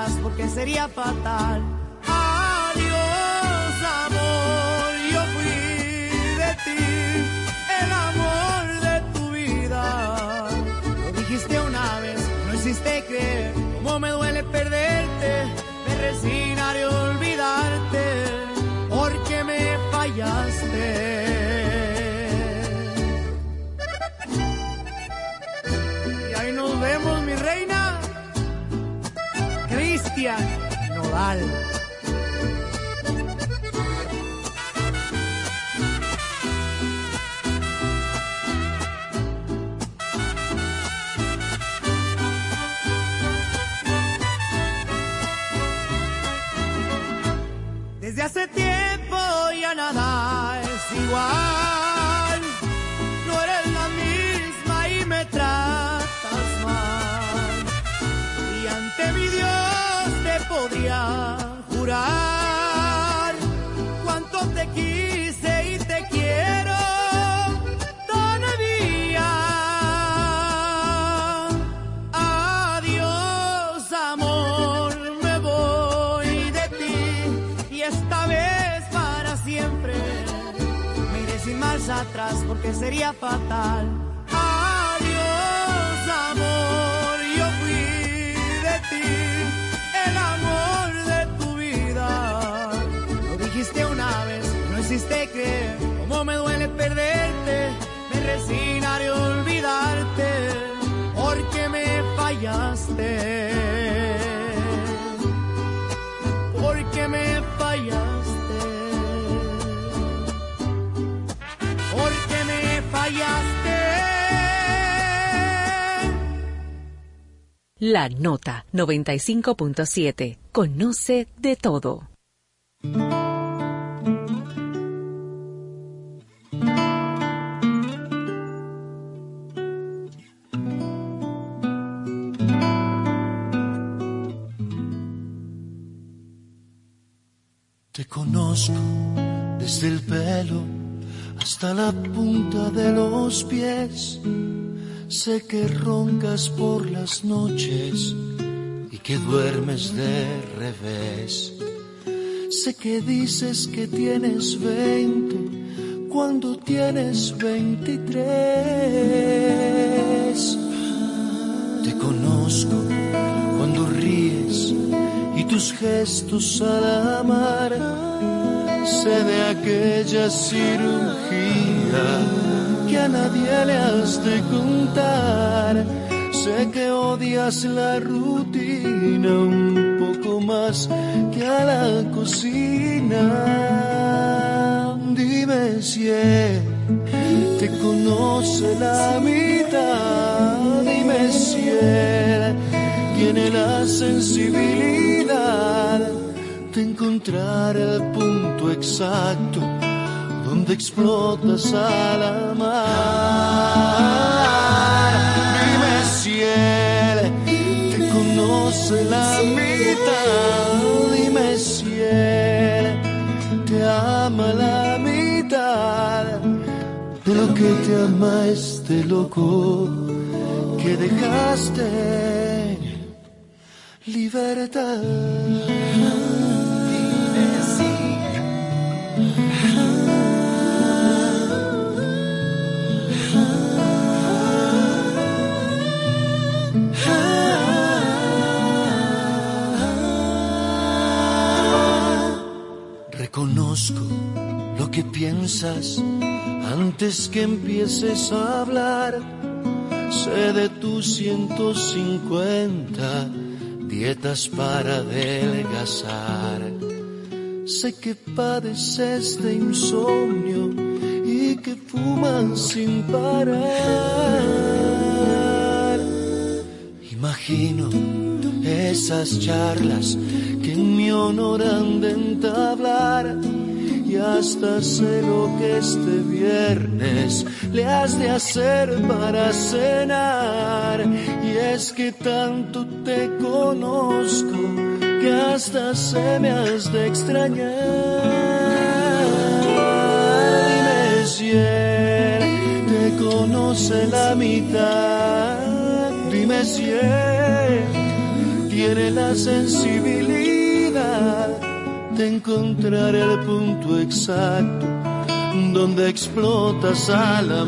atrás porque sería fatal. Adiós, amor, yo fui de ti, el amor de tu vida. Lo dijiste una vez, no hiciste creer cómo me duele perderte. Me resignaré a olvidarte porque me fallaste. Y ahí nos vemos, mi reina. Cristian Nodal. Desde hace tiempo ya nada es igual. No eres la misma y me tratas mal. Y ante mi Dios te podría jurar cuánto te quise y te quiero todavía. Adiós, amor, me voy de ti y esta vez para siempre. Me iré sin marcha atrás porque sería fatal. Adiós, amor, yo fui de ti, el amor de tu vida. Lo dijiste una vez, no hiciste creer cómo me duele perderte. Me resignaré a olvidarte porque me fallaste. Porque me fallaste. Porque me fallaste. La Nota 95.7. Conoce de todo. Te conozco desde el pelo hasta la punta de los pies. Sé que roncas por las noches y que duermes de revés. Sé que dices que tienes 20 cuando tienes 23. Te conozco cuando ríes y tus gestos al amar. Sé de aquella cirugía que a nadie le has de contar. Sé que odias la rutina un poco más que a la cocina. Dime si él te conoce la mitad. Dime si él tiene la sensibilidad de encontrar el punto exacto donde explotas al amar. Dime si él te conoce la mitad. Dime si él te ama la mitad de lo que te ama este loco que dejaste. Libertad. Reconozco lo que piensas antes que empieces a hablar. Sé de tus 150 dietas para adelgazar. Sé que padeces de insomnio y que fumas sin parar. Imagino esas charlas que en mi honor han de entablar. Y hasta sé lo que este viernes le has de hacer para cenar. Y es que tanto te conozco que hasta se me has de extrañar. Dime si él te conoce la mitad. Dime si él tiene la sensibilidad de encontrar el punto exacto donde explotas a la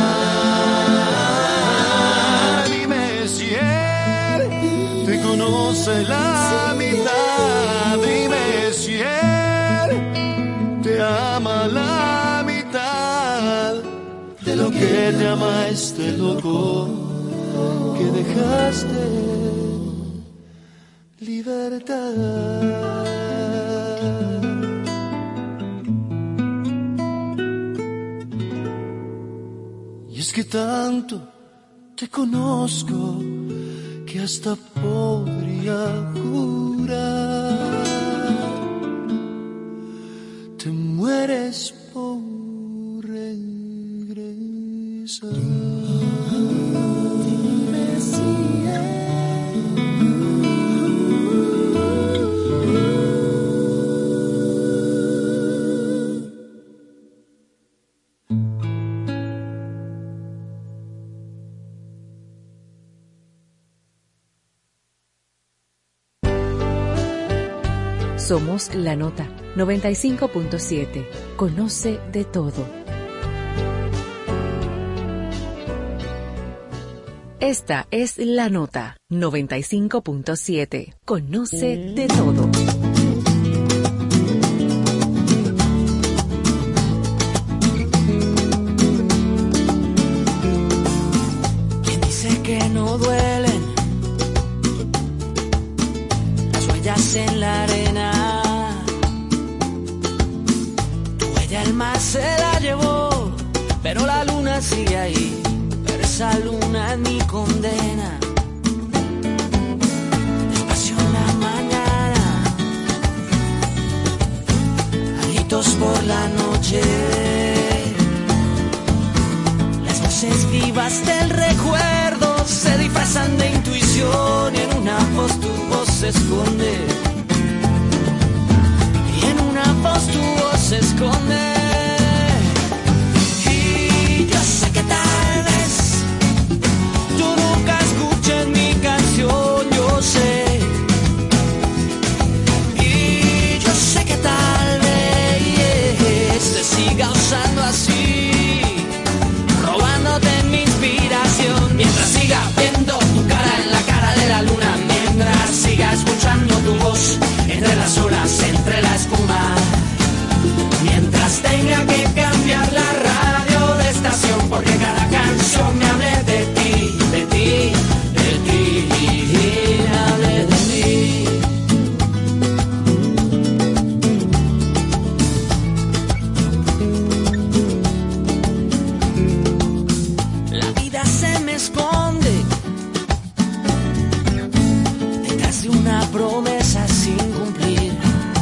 mar. Dime si él te conoce la mitad, dime si él te ama la mitad de lo que te ama este loco que dejaste. Libertad. Y es que tanto te conozco que hasta podría jurar te mueres por regresar. Dime si Somos La Nota 95.7. Conoce de todo. Esta es La Nota 95.7. Conoce de todo. ¿Quién dice que no duelen las huellas en la arena? Tu huella el mar se la llevó, pero la luna sigue ahí. Pero esa luna es mi condena. Despacio en la mañana, gritos por la noche. Las voces vivas del recuerdo se disfrazan de intuición y en una voz tu voz se esconde. Y en una voz tu voz se esconde. Y yo sé que tal vez tú nunca escuches mi canción, yo sé. Y yo sé que tal vez te siga usando así, robándote mi inspiración. Mientras siga viendo tu cara en la cara de la luna, mientras siga escuchando tu voz entre las olas, entre la espuma, mientras tenga que cambiar la radio de estación, porque cada canción me hable de ti, de ti, de ti, me hable de ti. La vida se me esconde detrás de una promesa sin cumplir.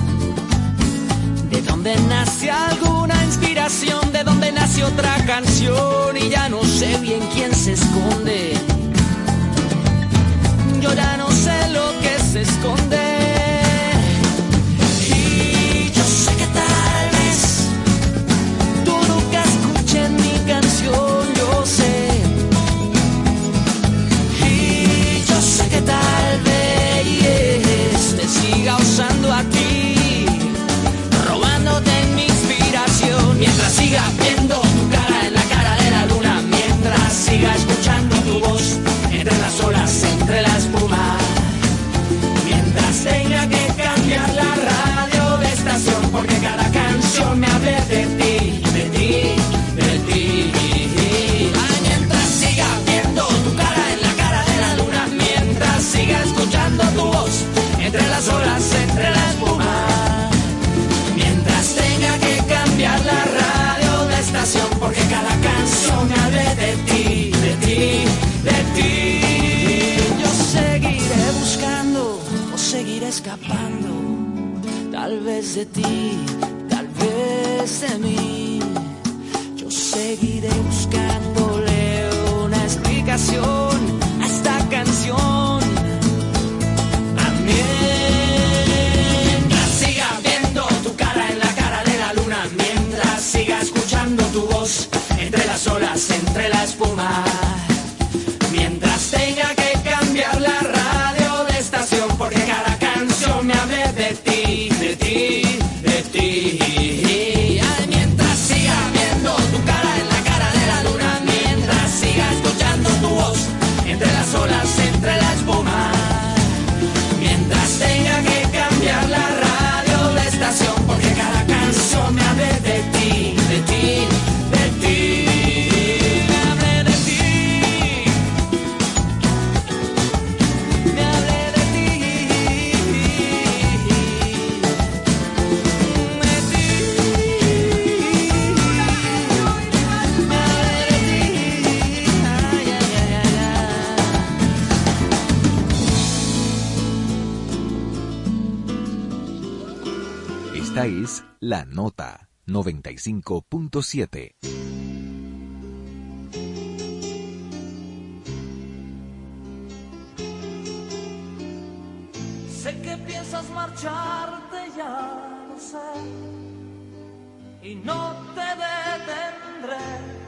De dónde nace alguna inspiración, de dónde nace otra canción, y ya no sé bien quién se esconde. Yo ya no sé lo que se esconde. Y yo sé que tal vez tú nunca escuches mi canción, yo sé. Y yo sé que tal vez te siga usando a ti, robándote mi inspiración. Mientras siga viendo tu cara en la cara de la luna, mientras siga escuchando tu voz entre las olas, entre la espuma, mientras tenga que cambiar la radio de estación, porque cada canción me hable de ti, de ti, de ti. Ay, mientras siga viendo tu cara en la cara de la luna, mientras siga escuchando tu voz entre las olas, entre la espuma, mientras tenga que cambiar la radio de estación, porque cada canción me hable de ti, de ti, de ti. Yo seguiré buscando o seguiré escapando, tal vez de ti, tal vez de mí. Yo seguiré buscándole una explicación a esta canción. Mientras siga viendo tu cara en la cara de la luna, mientras siga escuchando tu voz entre las olas, entre la espuma, mientras tenga que cambiar la radio de estación, Esta es La Nota 95.7. Sé que piensas marcharte, ya lo sé, y no te detendré.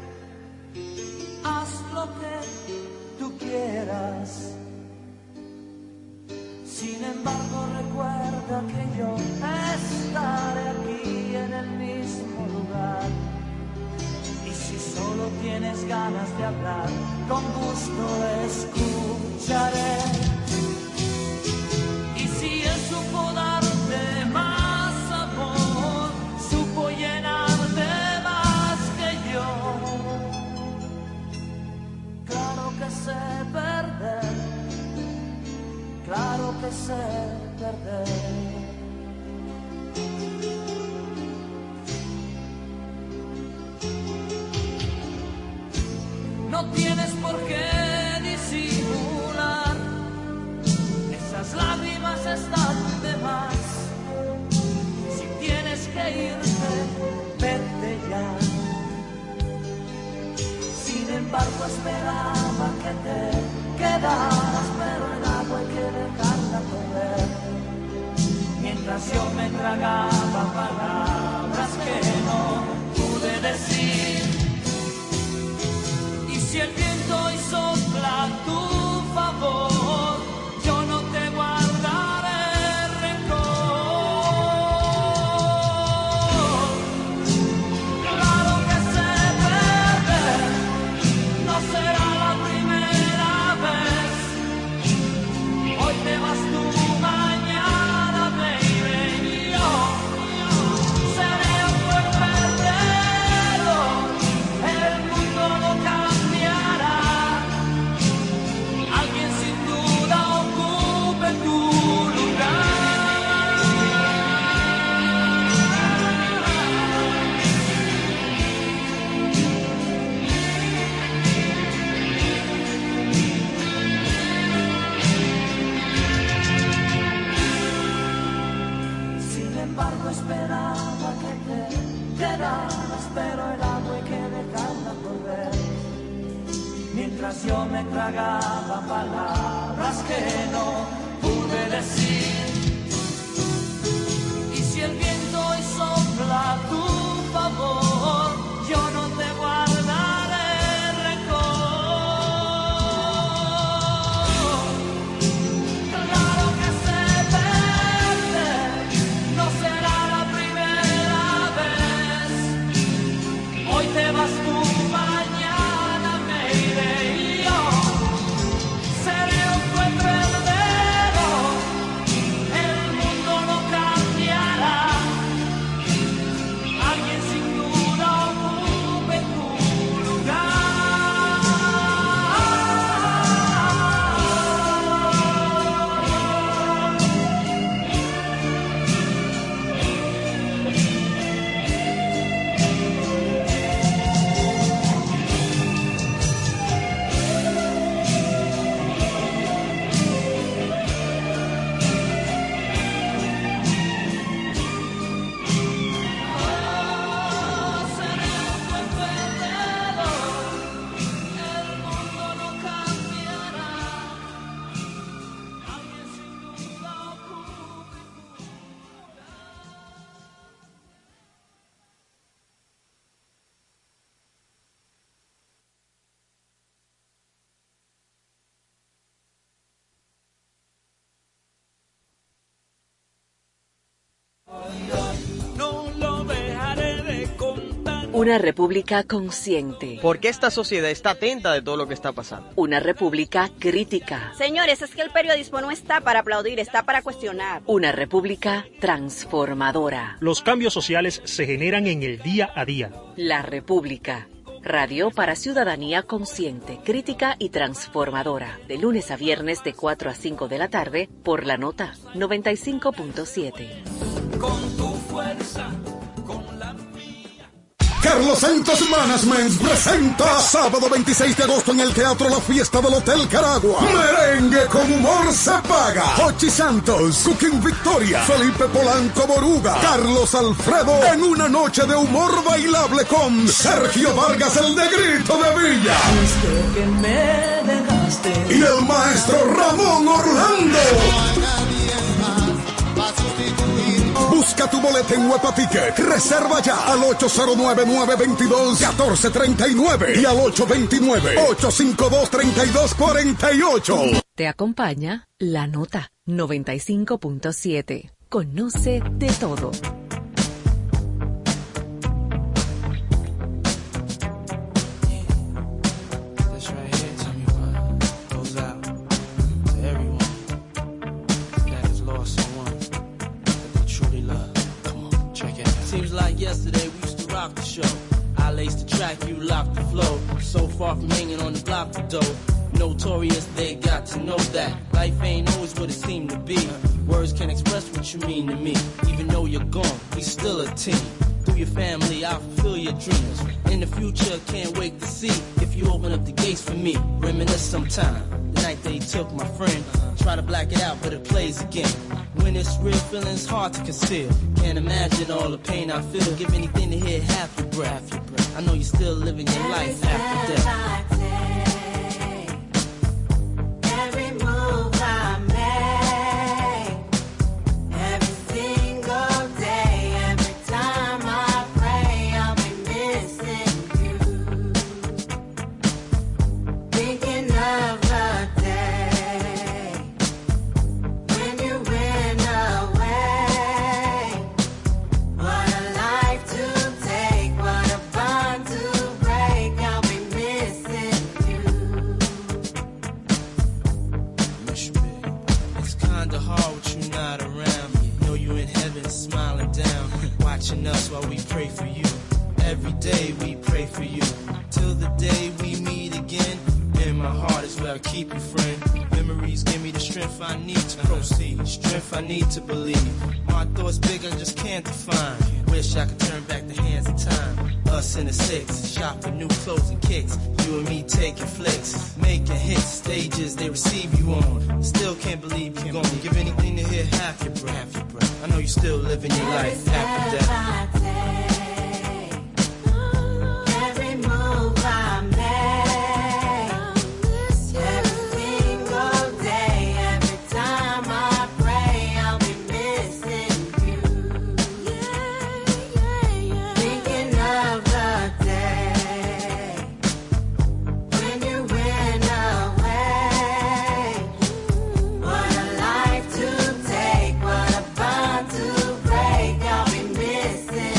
Haz lo que tú quieras. Sin embargo, recuerda que yo estaré aquí en el mismo lugar. Y si solo tienes ganas de hablar, con gusto escucharé. Y si él supo darte más amor, supo llenarte más que yo. Claro que sé perder, claro que sé perder. No tienes por qué disimular, esas lágrimas están de más. Si tienes que irte, vete ya. Sin embargo, esperaba que te quedaras, pero el agua hay que dejarla correr. Mientras yo me tragaba palabras que no pude decir. Y si el viento hoy sopla a tu favor, yo no te guardaré rencor. Claro que sé perder, no será la primera vez. Hoy te vas tú, mañana baby, yo seré un buen perdedor. El mundo no cambiará, alguien sin duda ocupe tu lugar. Sin embargo, esperaba que te quedaras, pero el agua hay que dejarla correr. Mientras yo me tragaba palabras que no pude decir. Y si el viento hoy sopla a tu favor, yo no te guardaré rencor. Claro que sé perder, no será la primera vez. Hoy te vas tú, mañana me iré y yo seré un buen perdedor. El mundo no cambiará, alguien sin duda ocupe tu lugar. Seré un buen perdedor, el mundo no cambiará, alguien sin duda ocupe tu lugar. No lo dejaré de contar. Una república consciente. Porque esta sociedad está atenta de todo lo que está pasando. Una república crítica. Señores, es que el periodismo no está para aplaudir, está para cuestionar. Una república transformadora. Los cambios sociales se generan en el día a día. La República. Radio para ciudadanía consciente, crítica y transformadora. De lunes a viernes de 4 a 5 de la tarde por La Nota 95.7. Con tu fuerza, con la mía. Carlos Santos Management presenta sábado 26 de agosto en el Teatro La Fiesta del Hotel Caragua. Merengue con humor se paga. Jochi Santos, Cooking Victoria, Felipe Polanco Boruga, Carlos Alfredo en una noche de humor bailable con Sergio Vargas el Negrito de Villa. Que me dejaste. Y el maestro Ramón Orlando. Busca tu boleta en Huepa Ticket. Reserva ya al 809-922-1439 y al 829-852-3248. Te acompaña La Nota 95.7. Conoce de todo. Seems like yesterday we used to rock the show. I laced the track, you locked the flow. So far from hanging on the block the dough. Notorious, they got to know that life ain't always what it seemed to be. Words can't express what you mean to me. Even though you're gone, we still a team. Through your family, I'll fulfill your dreams. In the future, can't wait to see if you open up the gates for me. Reminisce sometime. The night they took my friend. Try to black it out, but it plays again. When it's real, feeling's hard to conceal. Can't imagine all the pain I feel. Give anything to hear half your breath. I know you're still living your life after death. Every move I make, every single day, every time I pray, I'll be missing you. Thinking of the day when you went away. What a life to take, what a bond to break. I'll be missing you. Miss you, babe. It's kinda hard with you not around. Know you in heaven smiling down, watching us while we pray for you. Every day we pray for you, till the day we meet again. In my heart is where I keep you, friend. Memories give me the strength I need to proceed, strength I need to believe. My thoughts big, I just can't define. Wish I could turn back the hands of time. Us in the six, shop for new clothes and kicks. You and me taking flicks, making hits, stages they receive you on. Still can't believe you're gone. Give anything to hear half your breath. I know you're still living your life after death. Every move I make, every single day, every time I pray, I'll be missing you. Thinking of the day when you went away. What a life to take, what a bond to break. I'll be missing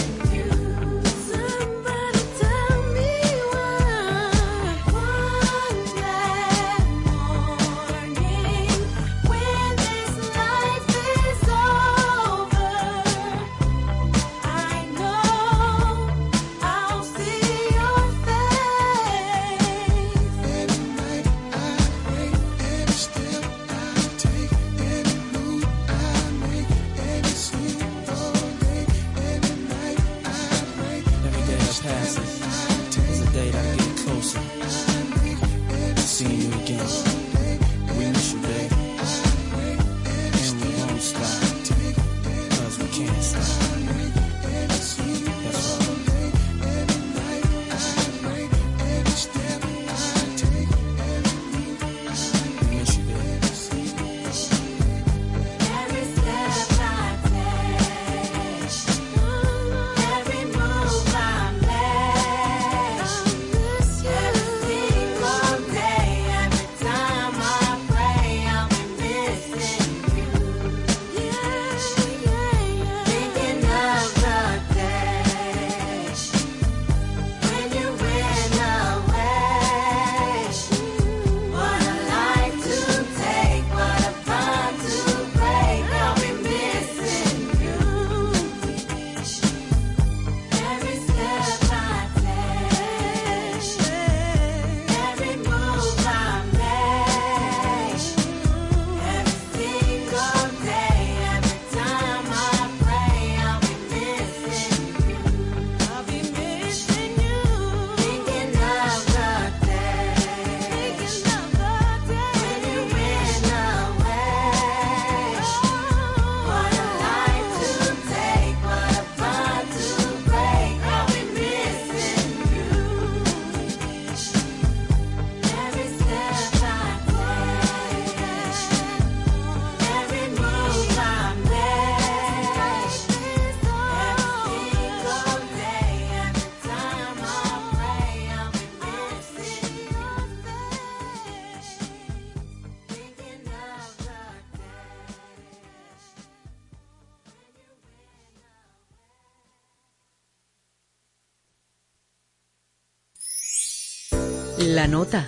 La Nota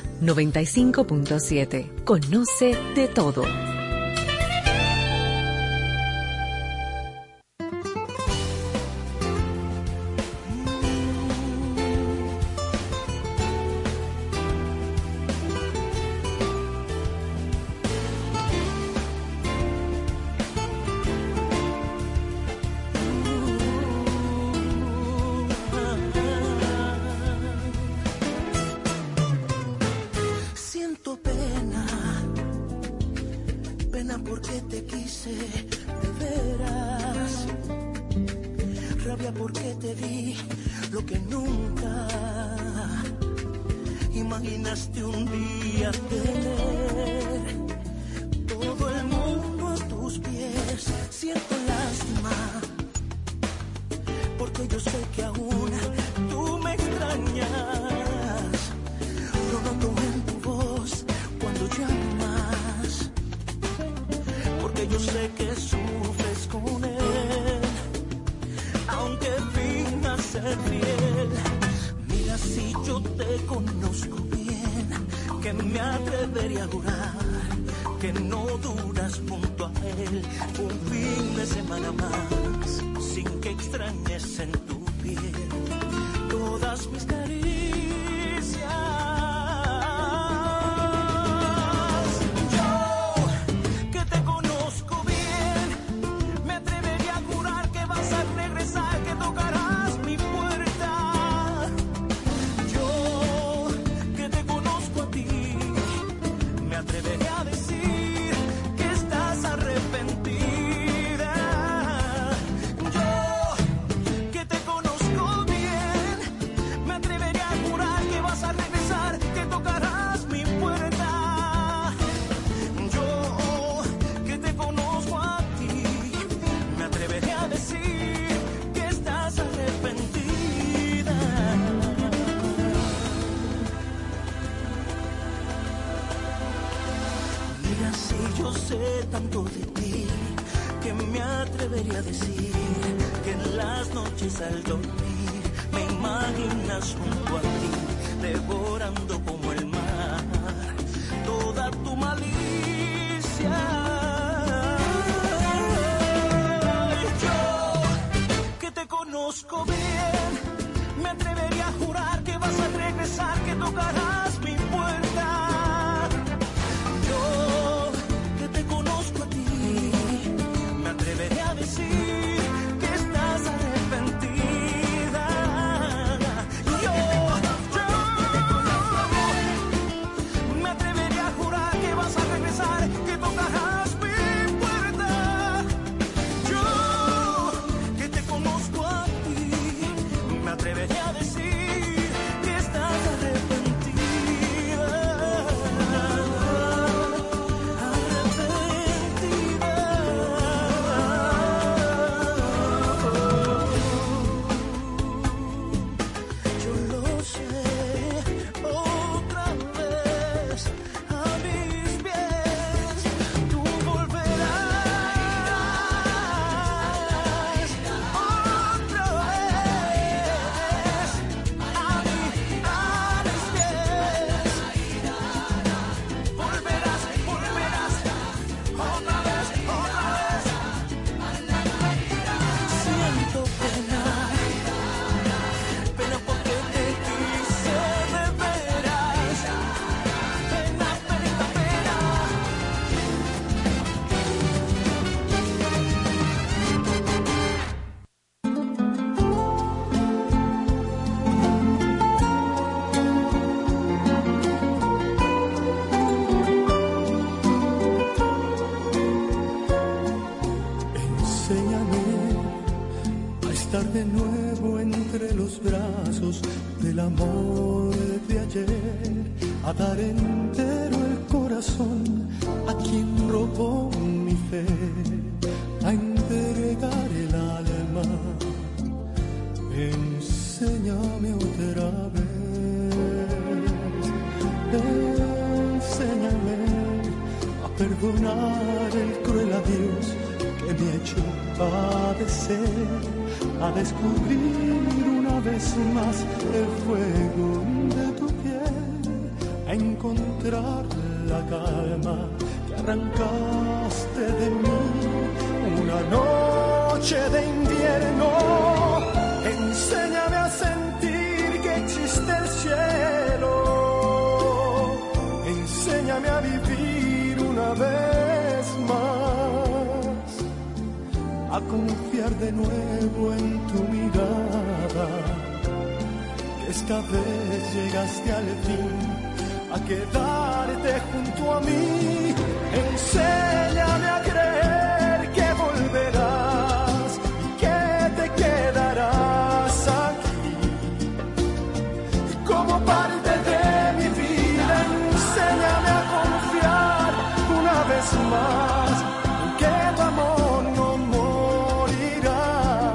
95.7. Conoce de todo. De nuevo entre los brazos del amor de ayer, a dar entero el corazón a quien robó mi fe, a entregar el alma. Enséñame otra vez, enséñame a perdonar el cruel adiós que me ha hecho padecer, a descubrir una vez más el fuego de tu piel, encontrar la calma que arrancaste de mí. Una noche de invierno, enséñame a sentir que existe el cielo. Enséñame a vivir una vez más, a confiar de nuevo en tu mirada, que esta vez llegaste al fin a quedarte junto a mí. Enséñame a creer que volverás y que te quedarás aquí como parte de mi vida. Enséñame a confiar una vez más que tu amor no morirá,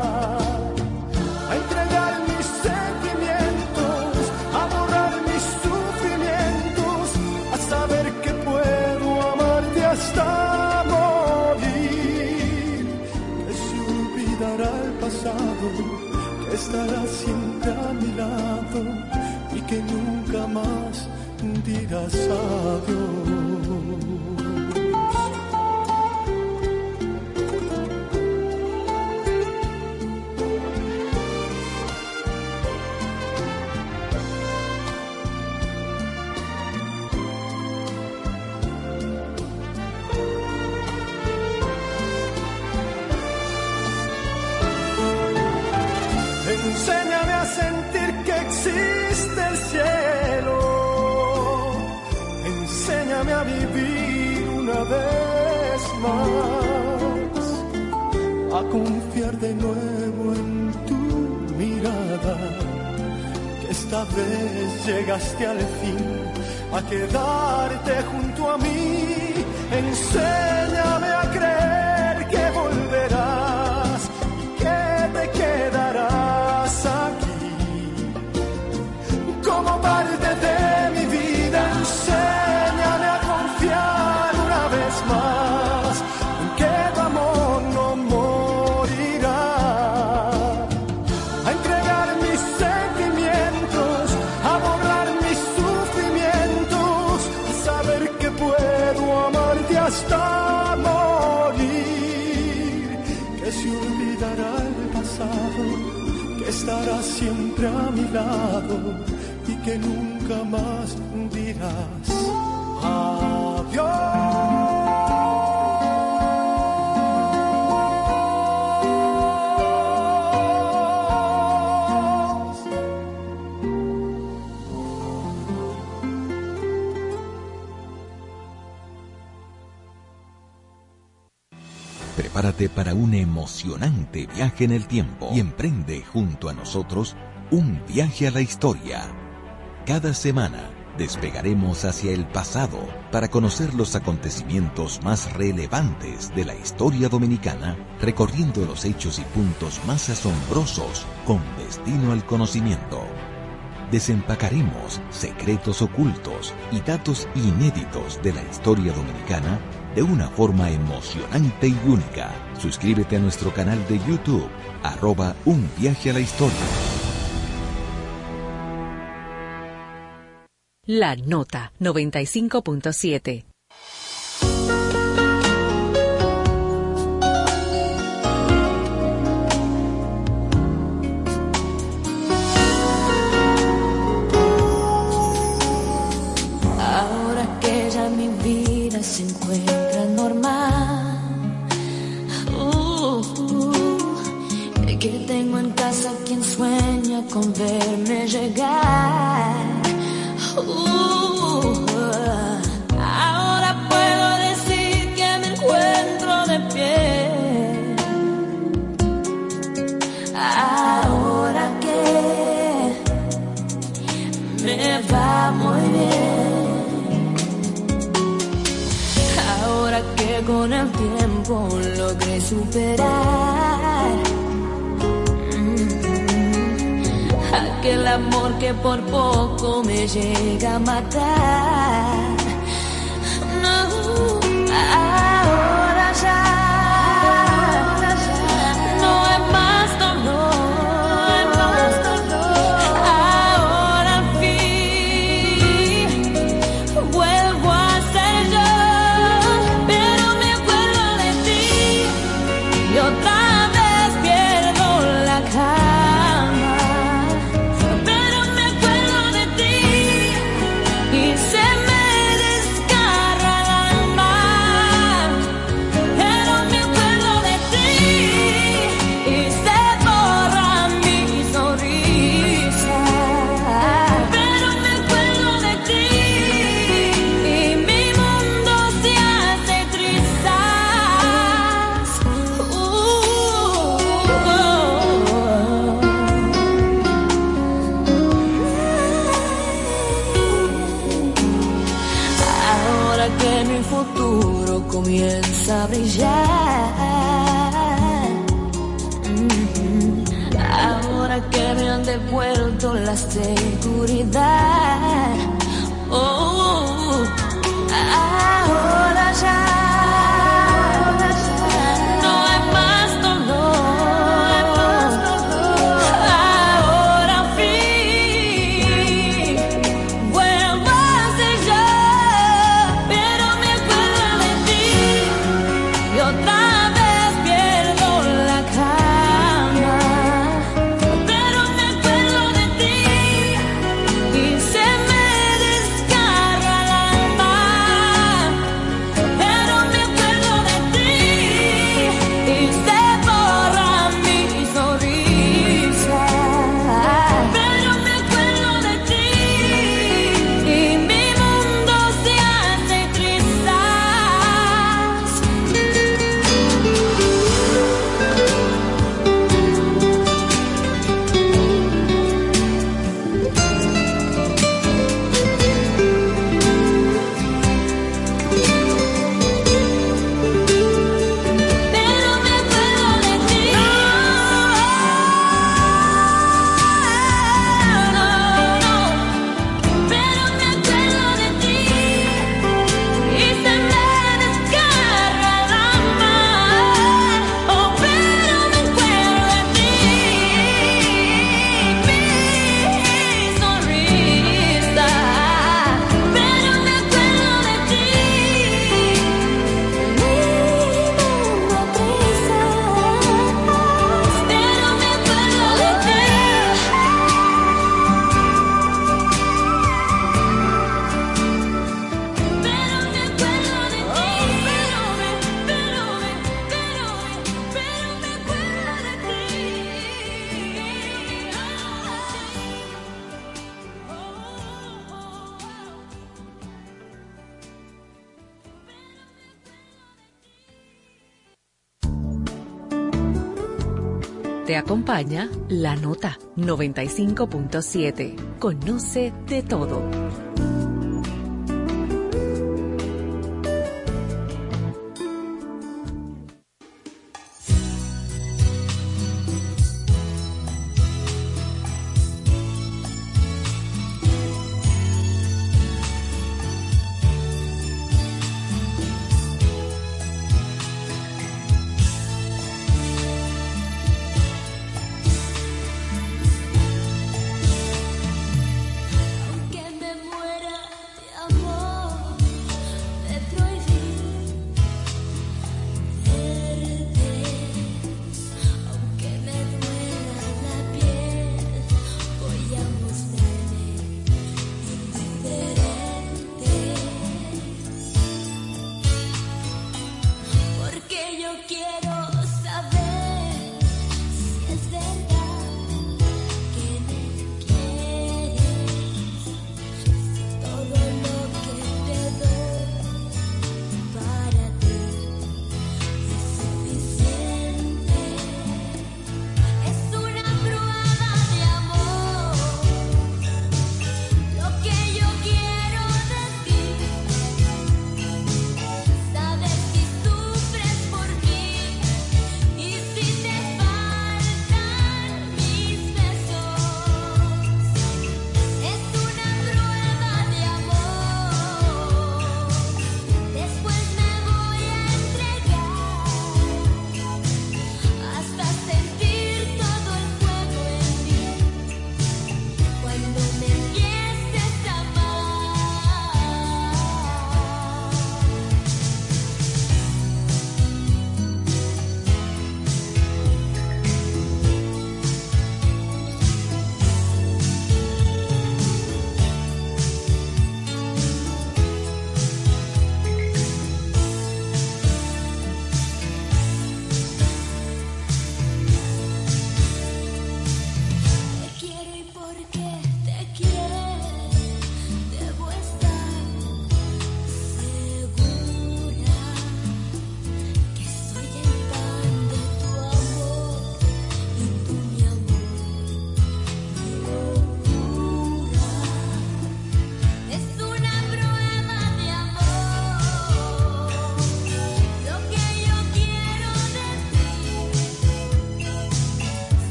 a entregar mis sentimientos, a borrar mis sufrimientos, a saber que puedo amarte hasta morir, que se olvidará el pasado, que estará siempre a mi lado y que nunca más dirás adiós. Enséñame a sentir que existe el cielo. Enséñame a vivir una vez más, a confiar de nuevo en tu mirada, que esta vez llegaste al fin a quedarte junto a mí. Enséñame a creer que volverás y que te quedarás aquí como parte de mi vida. Enséñame a confiar una vez más en que tu amor no morirá, a entregar mis sentimientos, a borrar mis sufrimientos, a saber que puedo amarte hasta morir, que se olvidará el pasado, que estará siempre a mi lado y que nunca más dirás adiós. Prepárate para un emocionante viaje en el tiempo y emprende junto a nosotros un viaje a la historia. Cada semana despegaremos hacia el pasado para conocer los acontecimientos más relevantes de la historia dominicana, recorriendo los hechos y puntos más asombrosos con destino al conocimiento. Desempacaremos secretos ocultos y datos inéditos de la historia dominicana de una forma emocionante y única. Suscríbete a nuestro canal de YouTube, @Un Viaje a la Historia. La Nota 95.7. Ahora que ya mi vida se encuentra normal, que tengo en casa quien sueña con verme llegar. Ahora puedo decir que me encuentro de pie. Ahora que me va muy bien. Ahora que con el tiempo logré superar aquel amor que por poco me llega a matar. No, ahora ya no hay más dolor. Ahora al fin comienza a brillar. Ahora que me han devuelto la seguridad. Oh, ahora ya. Te acompaña La Nota 95.7. Conoce de todo. Aunque me muera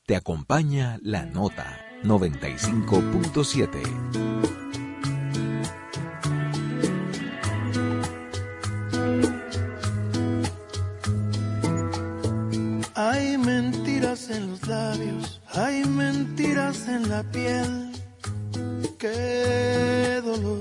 te acompaña La Nota 95.7. Hay mentiras en los labios, hay mentiras en la piel, qué dolor.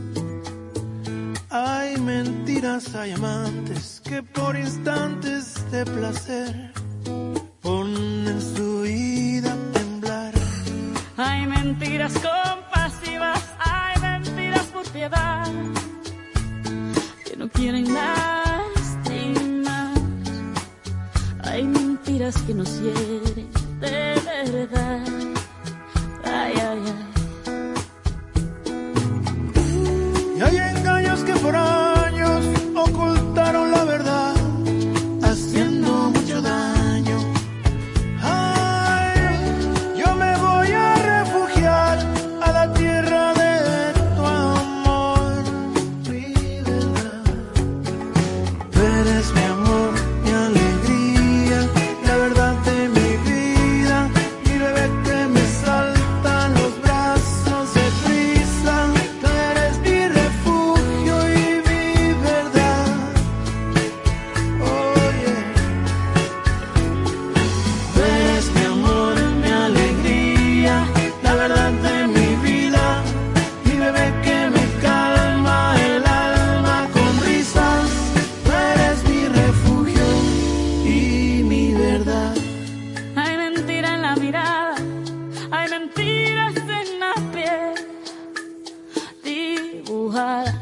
Hay mentiras, hay amantes que por instantes de placer ponen su vida a temblar. Hay mentiras compasivas, hay mentiras por piedad, que no quieren lastimar. Hay mentiras que nos hieren de verdad. Ay, ay, ay. Y hay engaños que por años ocultaron la verdad, haciendo mucho daño. Ay, yo me voy a refugiar a la tierra de tu amor, mi verdad. Tú eres mi amor, mi alegría, la verdad de mi vida, mi bebé que me salta en los brazos de prisa. Tú eres mi refugio y mi verdad. Oye, tú eres mi amor, mi alegría, la verdad de mi vida, mi bebé que me calma el alma con risas. Tú eres mi refugio y mi verdad. Hay mentira en la mirada, hay mentiras en la piel dibujadas.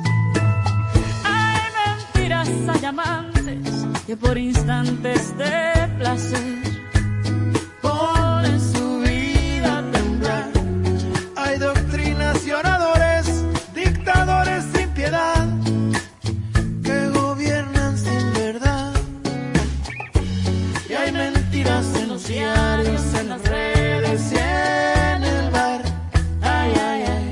Hay mentiras, hay amantes que por instantes de placer Ponen su vida a temblar. Hay doctrinas y oradores, dictadores sin piedad, que gobiernan sin verdad. Y hay mentiras en los diarios, en las redes y en el bar. Ay, ay, ay.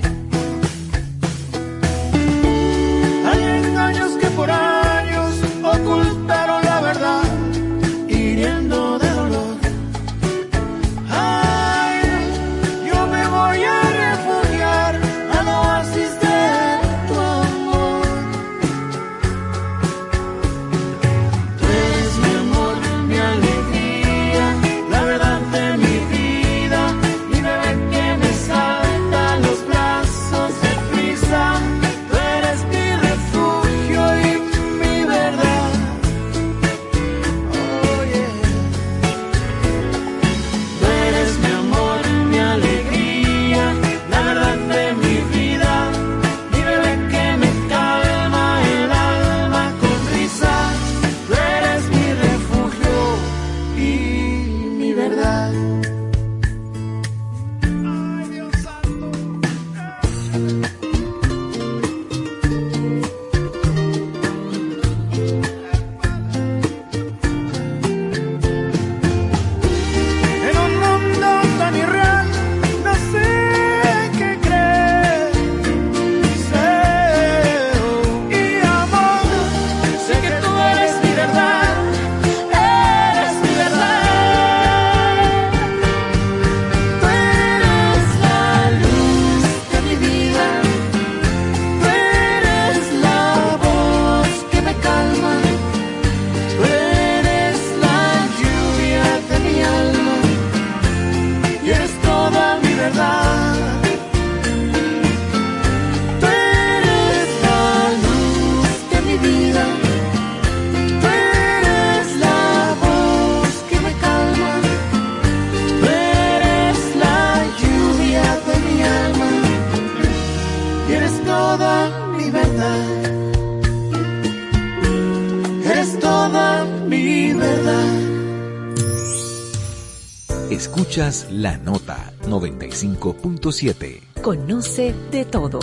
Hay engaños que por años ocultaron la verdad, hiriendo de dolor. Ay, yo me voy a refugiar al oasis de tu amor. Tú eres mi amor, mi alegría, la verdad de mi vida, mi bebé que me salta a los brazos de prisa. Tú eres mi refugio y mi verdad. Oye, tú eres mi amor, mi alegría, la verdad de mi vida, mi bebé que me calma el alma con risas. Tú eres mi refugio y mi verdad. Ay, Dios santo. En un mundo tan irreal, no sé qué creer. Y amor, sé que tú eres mi verdad, eres mi verdad. Tú eres la luz de mi vida, tú eres la voz que me calma, tú eres la lluvia de mi alma y eres toda mi verdad. Tú eres la luz de mi vida, tú eres la voz que me calma, tú eres la lluvia de mi alma y eres toda mi verdad. Eres toda mi verdad. Escuchas La Nota 95.7. Conoce de todo.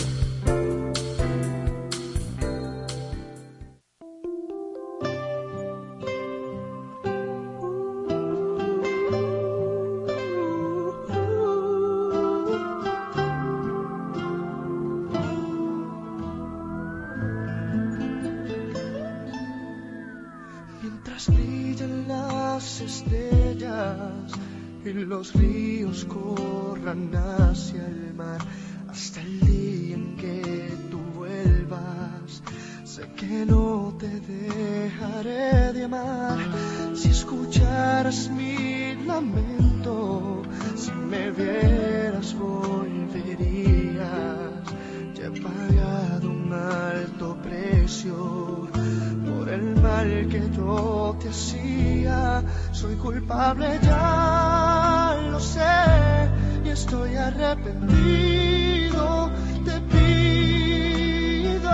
Mientras brillan las estrellas y los ríos corran hacia el mar hasta el día en que tú vuelvas. Sé que no te dejaré de amar si escucharas mi lamento, si me vieras volverías. Ya he pagado un alto precio por el mal que yo te hacía. Soy culpable, ya lo sé, y estoy arrepentido. Te pido,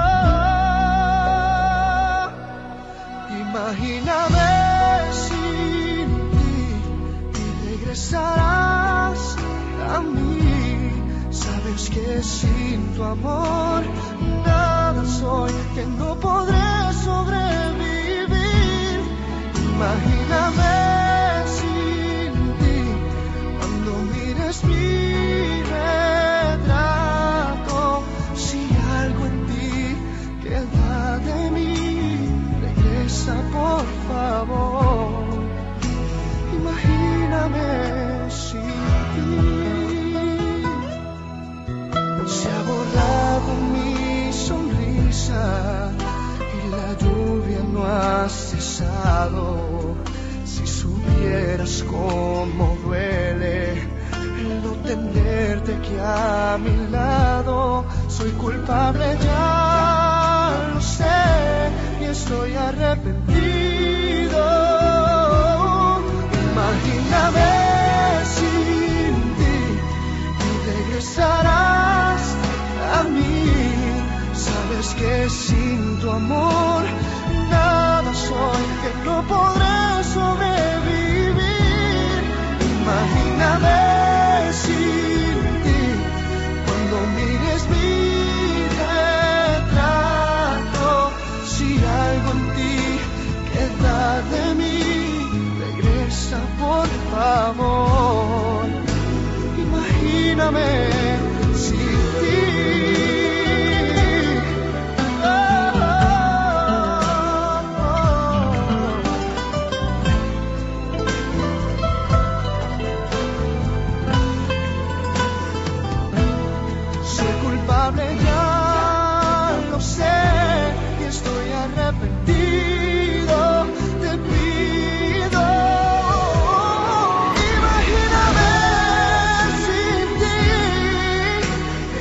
imagíname sin ti y regresarás a mí. Sabes que sin tu amor nada soy, que no podré sobrevivir. Imagíname sin ti cuando mires mi retrato. Si algo en ti queda de mí, regresa por favor. Imagíname sin ti. Se ha borrado mi sonrisa y la lluvia no ha cesado. Si supieras cómo duele el no tenerte aquí a mi lado. Soy culpable, ya lo sé, y estoy arrepentido. Imagíname sin ti y regresarás a mí. Sabes que sin tu amor nada soy, que no podré sobrevivir. Imagíname sin ti cuando mires mi retrato. Si algo en ti queda de mí, regresa por favor. Imagíname sin ti. Ya lo sé y estoy arrepentido. Te pido, imagíname sin ti y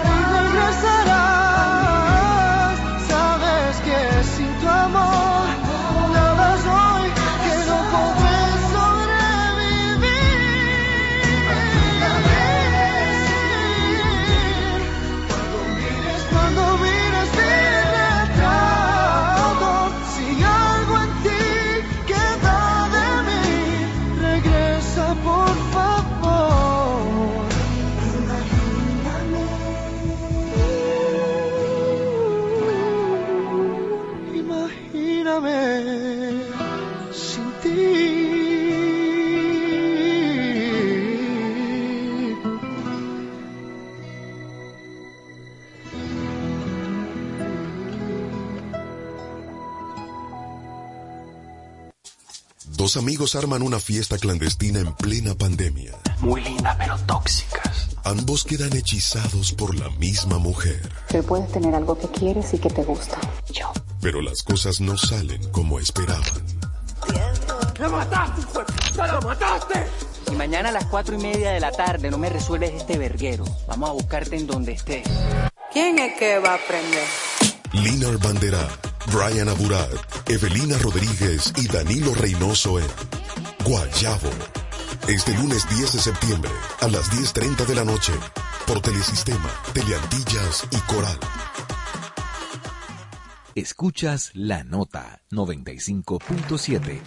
regresarás. Sabes que sin tu amor nada soy, que no podré sin ti. Dos amigos arman una fiesta clandestina en plena pandemia. Muy linda pero tóxicas. Ambos quedan hechizados por la misma mujer. Que puedes tener algo que quieres y que te gusta. Yo. Pero las cosas no salen como esperaban. ¡Me mataste, hijo! ¡Me lo mataste! Si mañana a las 4:30 de la tarde no me resuelves este verguero, vamos a buscarte en donde estés. ¿Quién es que va a aprender? Linar Bandera, Brian Aburat, Evelina Rodríguez y Danilo Reynoso en Guayabo. Este lunes 10 de septiembre a las 10:30 de la noche por Telesistema, Teleantillas y Coral. Escuchas La Nota 95.7.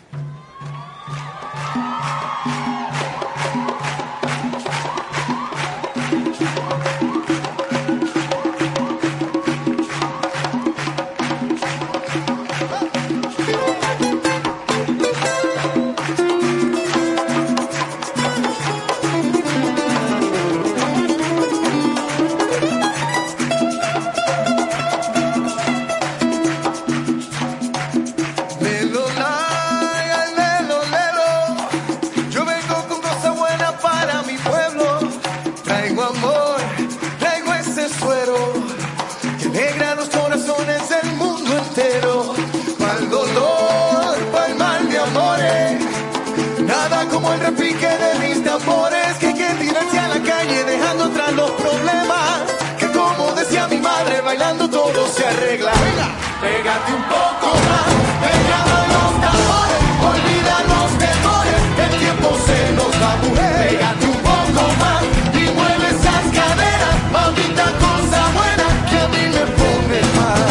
Yo vengo con cosas buenas. todo se arregla. Pégate un poco más, pegamos los tambores, olvida los temores, el tiempo se nos va, mujer. Pégate un poco más y mueve esas caderas, maldita cosa buena que a mí me pone mal.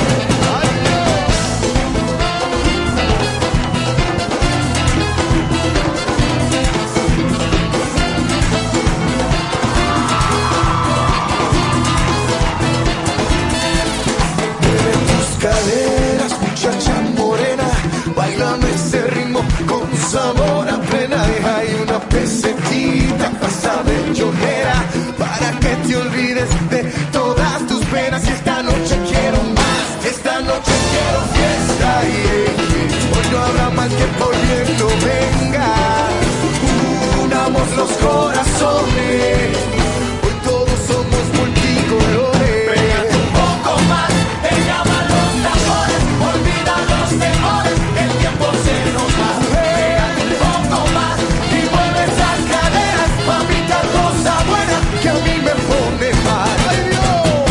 Caderas, muchacha morena, bailame ese ritmo con sabor a plena. Deja ahí una pesetita, pasa bellonera, para que te olvides de todas tus penas. Y esta noche quiero más, esta noche quiero fiesta. Hoy no habrá mal que por bien no venga. Unamos los corazones, hoy todos somos multicolores. Pégate un poco más, pégame los tambores, olvida los temores, el tiempo se nos va. Pégate un poco más y mueve esas caderas, mamita cosa buena que a mí me pone mal. ¡Ay, Dios!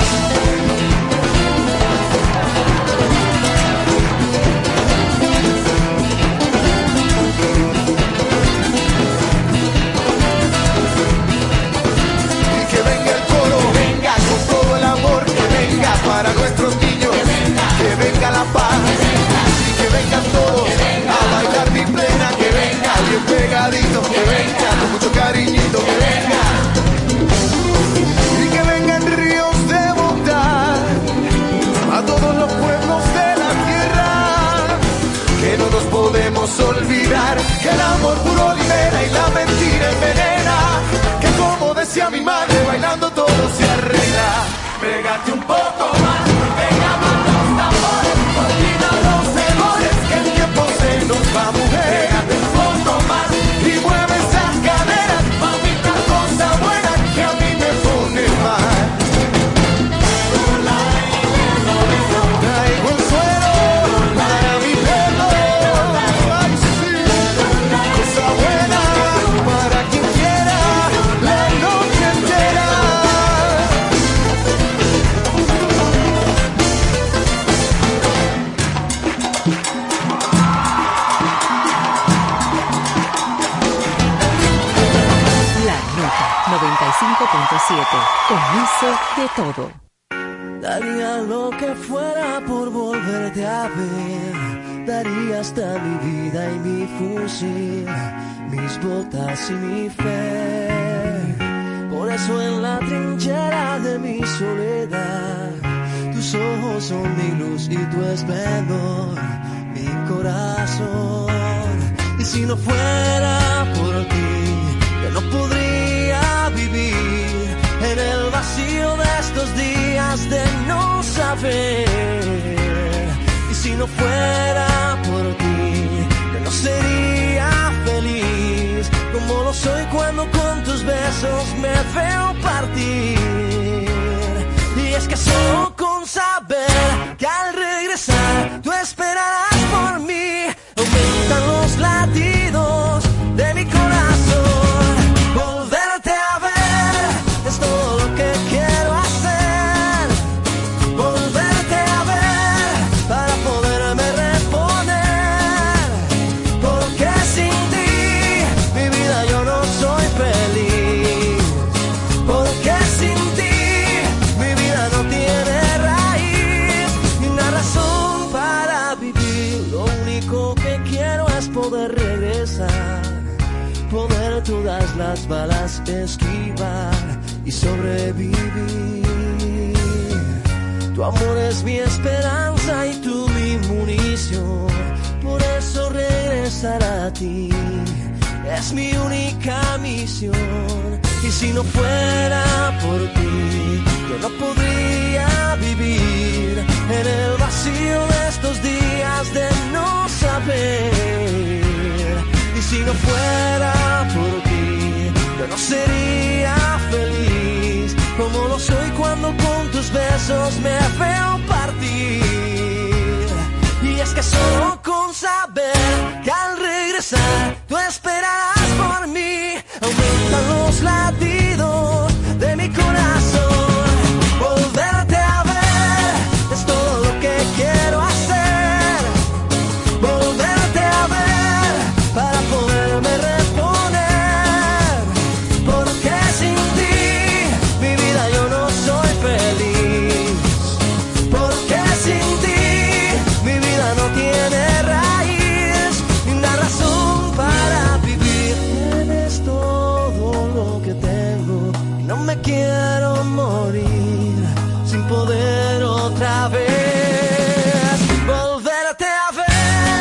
Y que venga el coro, venga con todo el amor, que venga para nuestros niños, que venga la paz, y que vengan todos a bailar mi plena, que venga bien pegadito, que venga con mucho cariñito, que venga, y que vengan ríos de bondad a todos los pueblos de la tierra, que no nos podemos olvidar, que el amor puro libera y la mentira envenena, que como decía mi madre, bailando todo se arregla. Pégate un poco más, pegamos los tambores, olvida los temores, que el tiempo se nos va, mujer. Pégate un poco más y mueve esas caderas, mamita cosa buena que a mí me pone mal. Traigo el suero para mi pelo, ay sí, cosa buena para quien quiera la noche entera. La Nota 95.7. Conoce de todo. Daría lo que fuera por volverte a ver. Daría hasta mi vida y mi fusil, mis botas y mi fe. Por eso en la trinchera de mi soledad, tus ojos son mi luz y tu esplendor, mi corazón. Y si no fuera por ti, yo no podría vivir en el vacío de estos días de no saber. Y si no fuera por ti, yo no sería feliz como lo soy cuando con tus besos me veo partir. Y es que solo con saber que al regresar tú esperarás por mí, aumentan los latidos de mi corazón. Volverte a ver es todo lo que quiero hacer. Volverte a ver para poderme reponer, porque sin ti mi vida yo no soy feliz. Porque sin ti mi vida no tiene raíz ni una razón para vivir. Lo único que quiero es poder regresar, poder todas las balas esquivar y sobrevivir. Tu amor es mi esperanza y tú mi munición, por eso regresar a ti es mi única misión. Y si no fuera por ti, yo no podría vivir en el vacío de estos días de no saber. Y si no fuera por ti, yo no sería feliz como lo soy cuando con tus besos me veo partir. Y es que solo con saber que al regresar tú esperarás por mí, aumentan los latidos de mi corazón. Volverte a ver tiene raíz ni una razón para vivir. Tienes todo lo que tengo y no me quiero morir sin poder otra vez volverte a ver.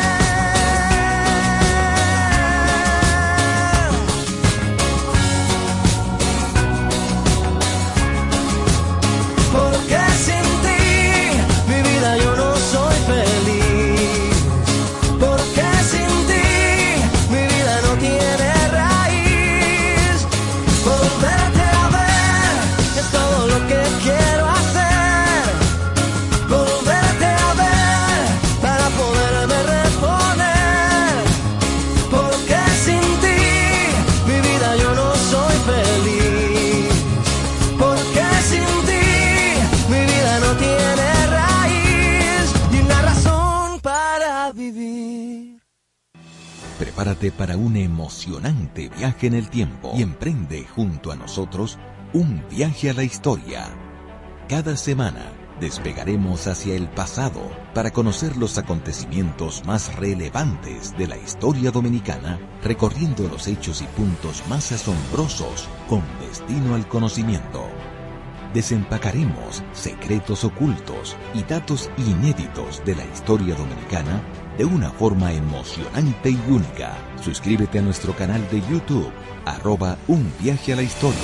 Porque sin ti mi vida yo no soy feliz. Porque sin ti mi vida no tiene raíz. Volverte a ver es todo lo que quiero hacer. Volverte a ver para poderme reponer. Porque sin ti mi vida yo no soy feliz. Porque sin ti mi vida no tiene raíz ni una razón para vivir. Prepárate para un emocionante viaje en el tiempo y emprende junto a nosotros un viaje a la historia. Cada semana despegaremos hacia el pasado para conocer los acontecimientos más relevantes de la historia dominicana, recorriendo los hechos y puntos más asombrosos con destino al conocimiento. Desempacaremos secretos ocultos y datos inéditos de la historia dominicana de una forma emocionante y única. Suscríbete a nuestro canal de YouTube, @Un Viaje a la Historia.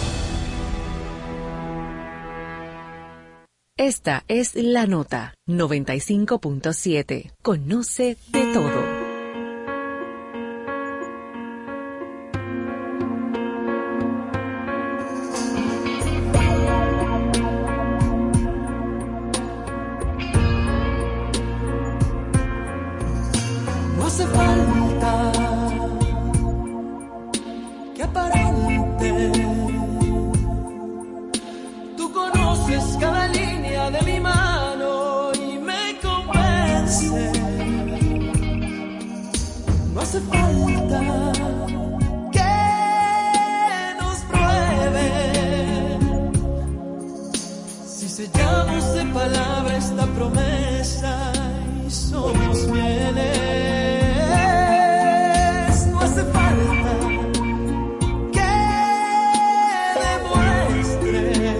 Esta es La Nota 95.7. Conoce de todo. No hace falta que aparente. Tú conoces cada línea de mi mano y me convence. No hace falta que nos prueben. Si sellamos de palabra esta promesa y somos fieles. No hace falta que demuestre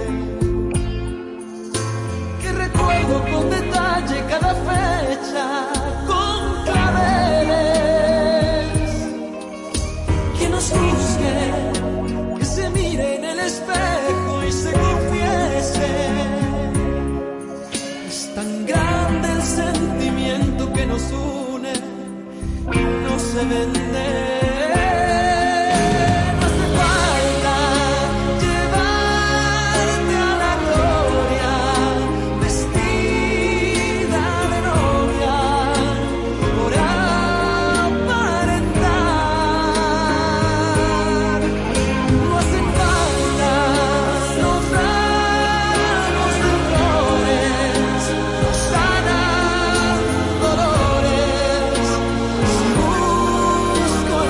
que recuerdo con detalle cada fecha con claveles. Que nos juzgue, que se mire en el espejo y se confiese. Es tan grande el sentimiento que nos une, no se vende. Busco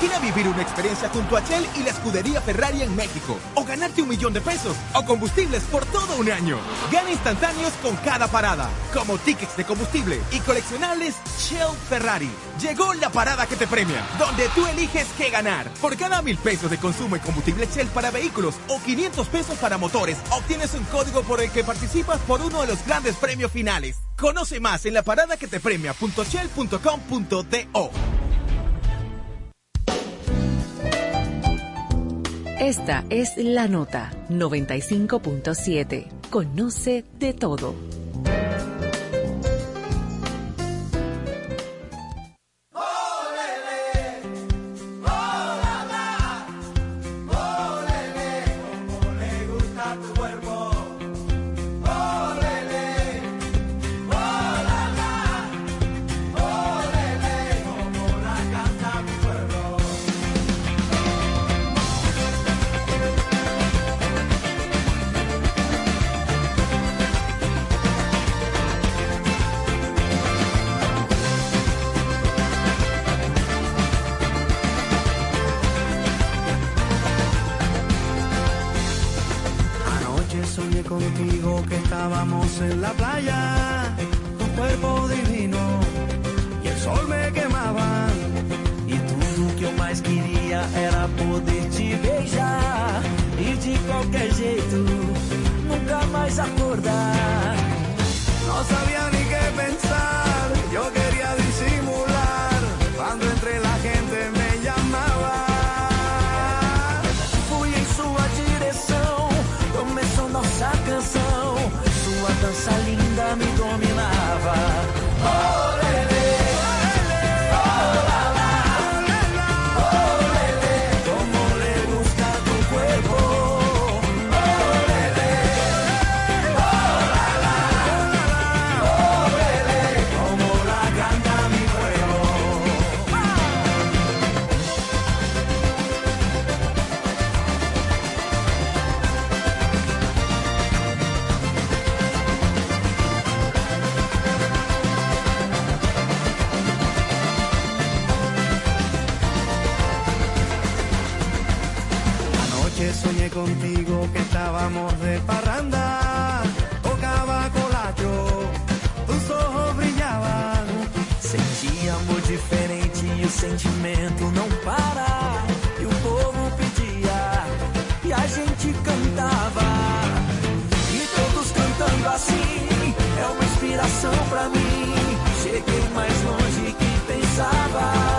Ven a vivir una experiencia junto a Shell y la escudería Ferrari en México. O ganarte $1 millón o combustibles por todo un año. Gana instantáneos con cada parada, como tickets de combustible y coleccionables Shell Ferrari. Llegó la parada que te premia, donde tú eliges qué ganar. Por cada $1,000 de consumo en combustible Shell para vehículos o $500 para motores, obtienes un código por el que participas por uno de los grandes premios finales. Conoce más en laparadaquetepremia.shell.com.do. Esta es La Nota 95.7. Conoce de todo. Contigo que estábamos en la playa, tu cuerpo divino e o sol me quemava. E tudo que eu mais queria era poder te beijar e de qualquer jeito nunca mais acordar. No sabía ni qué pensar, yo quería disimular cuando entre la gente me llamaba. Fui em sua direção, começou nossa canção, sua dança linda me dominava. Oh, lelê, oh, la, la, oh, lelê, como le gusta tu cuerpo. Oh, lelê, oh, la, la, oh, lelê, como la canta mi pueblo. Soñé contigo que estábamos de parranda, tocaba colacho, tus ojos brillaban. Sentia amor diferente e o sentimento não para. E o povo pedia e a gente cantava. E todos cantando assim, é uma inspiração pra mim. Cheguei mais longe que pensava.